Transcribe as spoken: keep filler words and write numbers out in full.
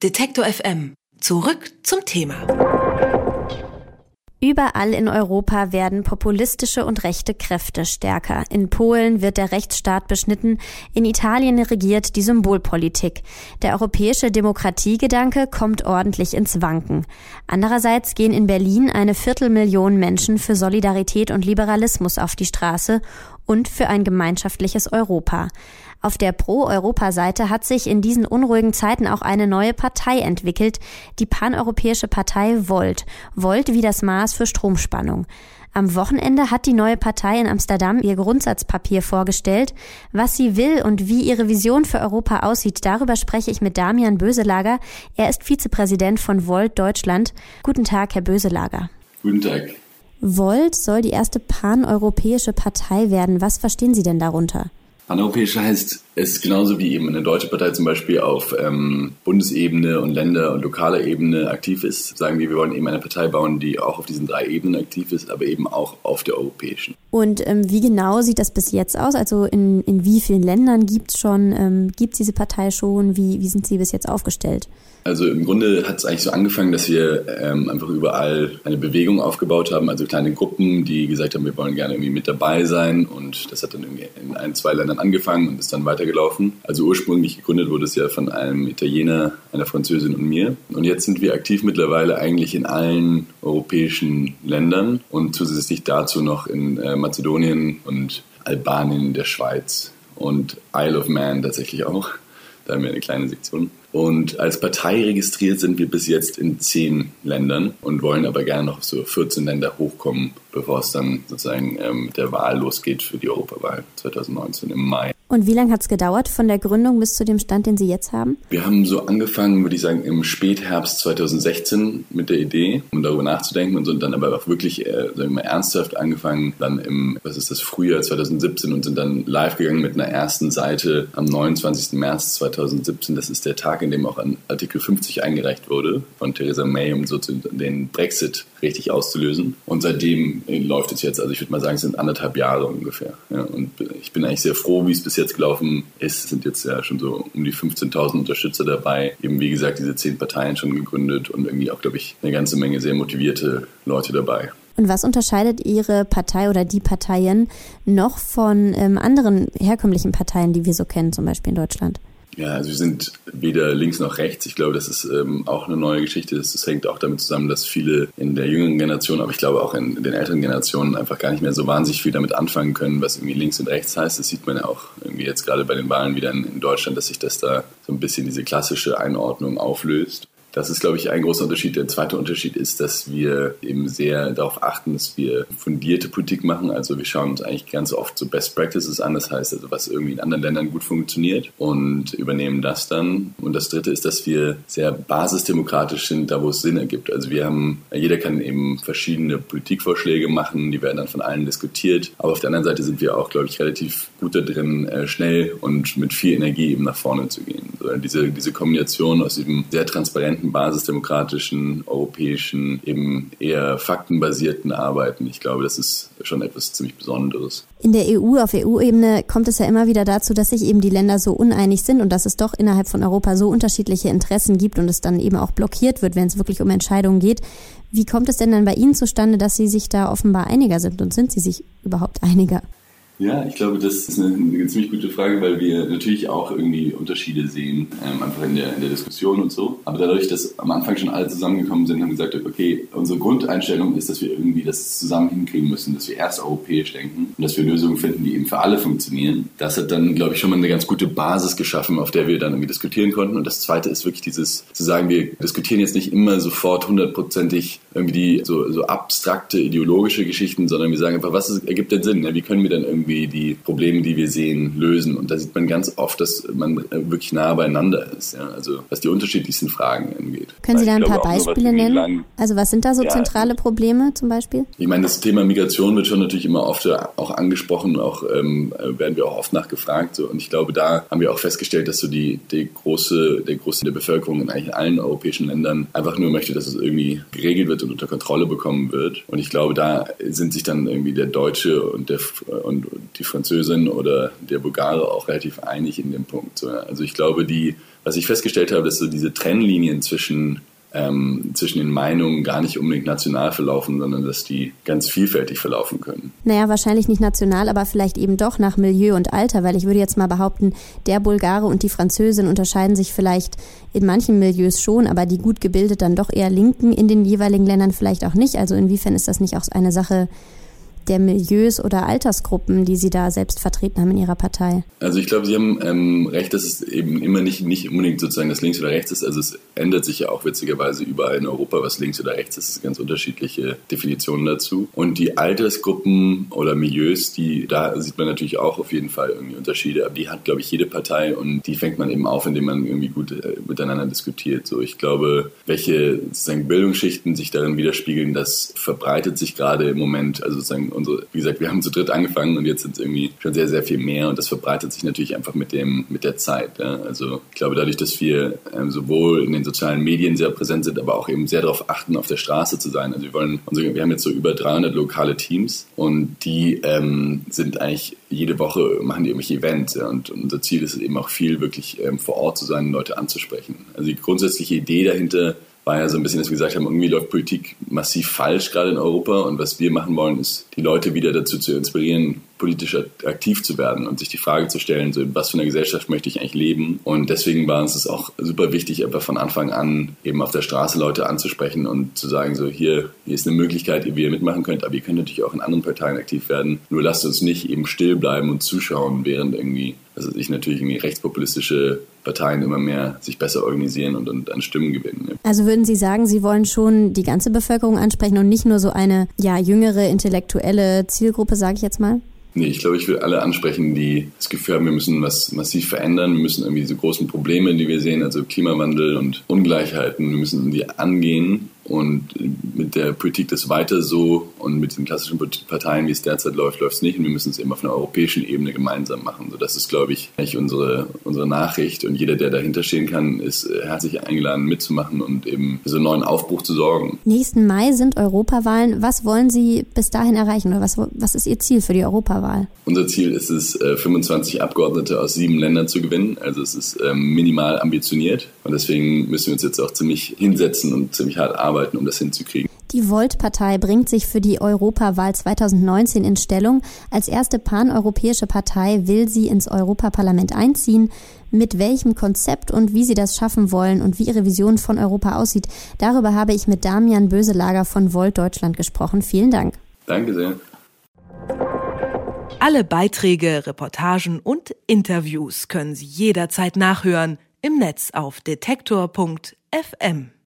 Detektor F M. Zurück zum Thema. Überall in Europa werden populistische und rechte Kräfte stärker. In Polen wird der Rechtsstaat beschnitten, in Italien regiert die Symbolpolitik. Der europäische Demokratiegedanke kommt ordentlich ins Wanken. Andererseits gehen in Berlin eine Viertelmillion Menschen für Solidarität und Liberalismus auf die Straße und für ein gemeinschaftliches Europa. Auf der Pro-Europa-Seite hat sich in diesen unruhigen Zeiten auch eine neue Partei entwickelt, die paneuropäische Partei Volt. Volt wie das Maß für Stromspannung. Am Wochenende hat die neue Partei in Amsterdam ihr Grundsatzpapier vorgestellt. Was sie will und wie ihre Vision für Europa aussieht, darüber spreche ich mit Damian Böselager. Er ist Vizepräsident von Volt Deutschland. Guten Tag, Herr Böselager. Guten Tag. Volt soll die erste paneuropäische Partei werden. Was verstehen Sie denn darunter? Paneuropäisch heißt, es ist genauso wie eben eine deutsche Partei zum Beispiel auf ähm, Bundesebene und Länder- und lokaler Ebene aktiv ist. Sagen wir, wir wollen eben eine Partei bauen, die auch auf diesen drei Ebenen aktiv ist, aber eben auch auf der europäischen. Und ähm, wie genau sieht das bis jetzt aus? Also in, in wie vielen Ländern gibt es schon, ähm, gibt es diese Partei schon? Wie, wie sind sie bis jetzt aufgestellt? Also im Grunde hat es eigentlich so angefangen, dass wir ähm, einfach überall eine Bewegung aufgebaut haben, also kleine Gruppen, die gesagt haben, wir wollen gerne irgendwie mit dabei sein, und das hat dann irgendwie in ein, zwei Ländern angefangen und ist dann weitergelaufen. Also ursprünglich gegründet wurde es ja von einem Italiener, einer Französin und mir, und jetzt sind wir aktiv mittlerweile eigentlich in allen europäischen Ländern und zusätzlich dazu noch in äh, Mazedonien und Albanien, der Schweiz und Isle of Man tatsächlich auch. Da haben wir eine kleine Sektion. Und als Partei registriert sind wir bis jetzt in zehn Ländern und wollen aber gerne noch auf so vierzehn Länder hochkommen, bevor es dann sozusagen ähm, mit der Wahl losgeht für die Europawahl zwanzig neunzehn im Mai. Und wie lange hat es gedauert von der Gründung bis zu dem Stand, den Sie jetzt haben? Wir haben so angefangen, würde ich sagen, im Spätherbst zwanzig sechzehn mit der Idee, um darüber nachzudenken, und sind dann aber auch wirklich äh, sagen wir mal, ernsthaft angefangen, dann im, was ist das, Frühjahr zwanzig siebzehn, und sind dann live gegangen mit einer ersten Seite am neunundzwanzigsten März zwanzig siebzehn. Das ist der Tag, in dem auch an Artikel fünfzig eingereicht wurde von Theresa May, um so den Brexit richtig auszulösen. Und seitdem läuft es jetzt, also ich würde mal sagen, es sind anderthalb Jahre ungefähr. Ja, und ich bin eigentlich sehr froh, wie es bis jetzt gelaufen ist. Es sind jetzt ja schon so um die fünfzehntausend Unterstützer dabei. Eben wie gesagt, diese zehn Parteien schon gegründet und irgendwie auch, glaube ich, eine ganze Menge sehr motivierte Leute dabei. Und was unterscheidet Ihre Partei oder die Parteien noch von ähm, anderen herkömmlichen Parteien, die wir so kennen, zum Beispiel in Deutschland? Ja, also wir sind weder links noch rechts. Ich glaube, das ist ähm, auch eine neue Geschichte. Das, das hängt auch damit zusammen, dass viele in der jüngeren Generation, aber ich glaube auch in, in den älteren Generationen einfach gar nicht mehr so wahnsinnig viel damit anfangen können, was irgendwie links und rechts heißt. Das sieht man ja auch irgendwie jetzt gerade bei den Wahlen wieder in, in Deutschland, dass sich das da so ein bisschen diese klassische Einordnung auflöst. Das ist, glaube ich, ein großer Unterschied. Der zweite Unterschied ist, dass wir eben sehr darauf achten, dass wir fundierte Politik machen. Also wir schauen uns eigentlich ganz oft so Best Practices an. Das heißt also, was irgendwie in anderen Ländern gut funktioniert, und übernehmen das dann. Und das dritte ist, dass wir sehr basisdemokratisch sind, da wo es Sinn ergibt. Also wir haben, jeder kann eben verschiedene Politikvorschläge machen, die werden dann von allen diskutiert. Aber auf der anderen Seite sind wir auch, glaube ich, relativ gut da drin, schnell und mit viel Energie eben nach vorne zu gehen. Also diese, diese Kombination aus diesem sehr transparenten, basisdemokratischen, europäischen, eben eher faktenbasierten Arbeiten. Ich glaube, das ist schon etwas ziemlich Besonderes. In der E U, auf E U-Ebene kommt es ja immer wieder dazu, dass sich eben die Länder so uneinig sind und dass es doch innerhalb von Europa so unterschiedliche Interessen gibt und es dann eben auch blockiert wird, wenn es wirklich um Entscheidungen geht. Wie kommt es denn dann bei Ihnen zustande, dass Sie sich da offenbar einiger sind, und sind Sie sich überhaupt einiger? Ja, ich glaube, das ist eine, eine ziemlich gute Frage, weil wir natürlich auch irgendwie Unterschiede sehen, ähm, einfach in der, in der Diskussion und so. Aber dadurch, dass am Anfang schon alle zusammengekommen sind, haben wir gesagt, okay, unsere Grundeinstellung ist, dass wir irgendwie das zusammen hinkriegen müssen, dass wir erst europäisch denken und dass wir Lösungen finden, die eben für alle funktionieren. Das hat dann, glaube ich, schon mal eine ganz gute Basis geschaffen, auf der wir dann irgendwie diskutieren konnten. Und das Zweite ist wirklich dieses, zu sagen, wir diskutieren jetzt nicht immer sofort hundertprozentig irgendwie die so, so abstrakte ideologische Geschichten, sondern wir sagen einfach, was ist, ergibt denn Sinn? Wie können wir denn irgendwie die Probleme, die wir sehen, lösen? Und da sieht man ganz oft, dass man wirklich nah beieinander ist, ja? Also was die unterschiedlichsten Fragen angeht. Können Sie da ein paar Beispiele nennen? Also was sind da so ja. zentrale Probleme zum Beispiel? Ich meine, das Thema Migration wird schon natürlich immer oft auch angesprochen, auch ähm, werden wir auch oft nachgefragt. So. Und ich glaube, da haben wir auch festgestellt, dass so die, die große, der Großteil der Bevölkerung in eigentlich allen europäischen Ländern einfach nur möchte, dass es irgendwie geregelt wird und unter Kontrolle bekommen wird. Und ich glaube, da sind sich dann irgendwie der Deutsche und der und die Französin oder der Bulgare auch relativ einig in dem Punkt. Also ich glaube, die, was ich festgestellt habe, dass so diese Trennlinien zwischen Ähm, zwischen den Meinungen gar nicht unbedingt national verlaufen, sondern dass die ganz vielfältig verlaufen können. Naja, wahrscheinlich nicht national, aber vielleicht eben doch nach Milieu und Alter, weil ich würde jetzt mal behaupten, der Bulgare und die Französin unterscheiden sich vielleicht in manchen Milieus schon, aber die gut gebildet dann doch eher Linken in den jeweiligen Ländern vielleicht auch nicht. Also inwiefern ist das nicht auch eine Sache der Milieus oder Altersgruppen, die Sie da selbst vertreten haben in Ihrer Partei? Also ich glaube, Sie haben ähm, recht, dass es eben immer nicht, nicht unbedingt sozusagen das links oder rechts ist. Also es ändert sich ja auch witzigerweise überall in Europa, was links oder rechts ist. Es sind ganz unterschiedliche Definitionen dazu. Und die Altersgruppen oder Milieus, die da sieht man natürlich auch auf jeden Fall irgendwie Unterschiede. Aber die hat, glaube ich, jede Partei und die fängt man eben auf, indem man irgendwie gut äh, miteinander diskutiert. So, ich glaube, welche sozusagen Bildungsschichten sich darin widerspiegeln, das verbreitet sich gerade im Moment. Also sozusagen unsere, wie gesagt, wir haben zu dritt angefangen und jetzt sind es irgendwie schon sehr, sehr viel mehr und das verbreitet sich natürlich einfach mit dem, mit der Zeit. Ja? Also ich glaube, dadurch, dass wir ähm, sowohl in den sozialen Medien sehr präsent sind, aber auch eben sehr darauf achten, auf der Straße zu sein. Also wir wollen, unsere, wir haben jetzt so über dreihundert lokale Teams und die ähm, sind eigentlich jede Woche machen die irgendwelche Events. Ja? Und, und unser Ziel ist es eben auch viel, wirklich ähm, vor Ort zu sein und Leute anzusprechen. Also die grundsätzliche Idee dahinter war ja so ein bisschen, dass wir gesagt haben, irgendwie läuft Politik massiv falsch gerade in Europa und was wir machen wollen, ist, die Leute wieder dazu zu inspirieren, politisch aktiv zu werden und sich die Frage zu stellen, so, was für eine Gesellschaft möchte ich eigentlich leben? Und deswegen war uns es auch super wichtig, einfach von Anfang an eben auf der Straße Leute anzusprechen und zu sagen, so hier, hier ist eine Möglichkeit, wie ihr mitmachen könnt, aber ihr könnt natürlich auch in anderen Parteien aktiv werden. Nur lasst uns nicht eben still bleiben und zuschauen, während irgendwie, also sich natürlich irgendwie rechtspopulistische Parteien immer mehr sich besser organisieren und, und an Stimmen gewinnen. Ja. Also würden Sie sagen, Sie wollen schon die ganze Bevölkerung ansprechen und nicht nur so eine ja jüngere, intellektuelle Zielgruppe, sage ich jetzt mal? Nee, ich glaube, ich will alle ansprechen, die das Gefühl haben, wir müssen was massiv verändern. Wir müssen irgendwie diese großen Probleme, die wir sehen, also Klimawandel und Ungleichheiten, wir müssen die angehen. Und mit der Politik das weiter so und mit den klassischen Parteien, wie es derzeit läuft, läuft es nicht. Und wir müssen es eben auf einer europäischen Ebene gemeinsam machen. So, das ist, glaube ich, eigentlich unsere, unsere Nachricht. Und jeder, der dahinter stehen kann, ist herzlich eingeladen, mitzumachen und eben für so einen neuen Aufbruch zu sorgen. Nächsten Mai sind Europawahlen. Was wollen Sie bis dahin erreichen oder was, was ist Ihr Ziel für die Europawahl? Unser Ziel ist es, fünfundzwanzig Abgeordnete aus sieben Ländern zu gewinnen. Also es ist minimal ambitioniert. Und deswegen müssen wir uns jetzt auch ziemlich hinsetzen und ziemlich hart arbeiten, um das hinzukriegen. Die Volt-Partei bringt sich für die Europawahl zweitausendneunzehn in Stellung. Als erste paneuropäische Partei will sie ins Europaparlament einziehen. Mit welchem Konzept und wie sie das schaffen wollen und wie ihre Vision von Europa aussieht, darüber habe ich mit Damian Böselager von Volt Deutschland gesprochen. Vielen Dank. Danke sehr. Alle Beiträge, Reportagen und Interviews können Sie jederzeit nachhören im Netz auf detektor punkt f m.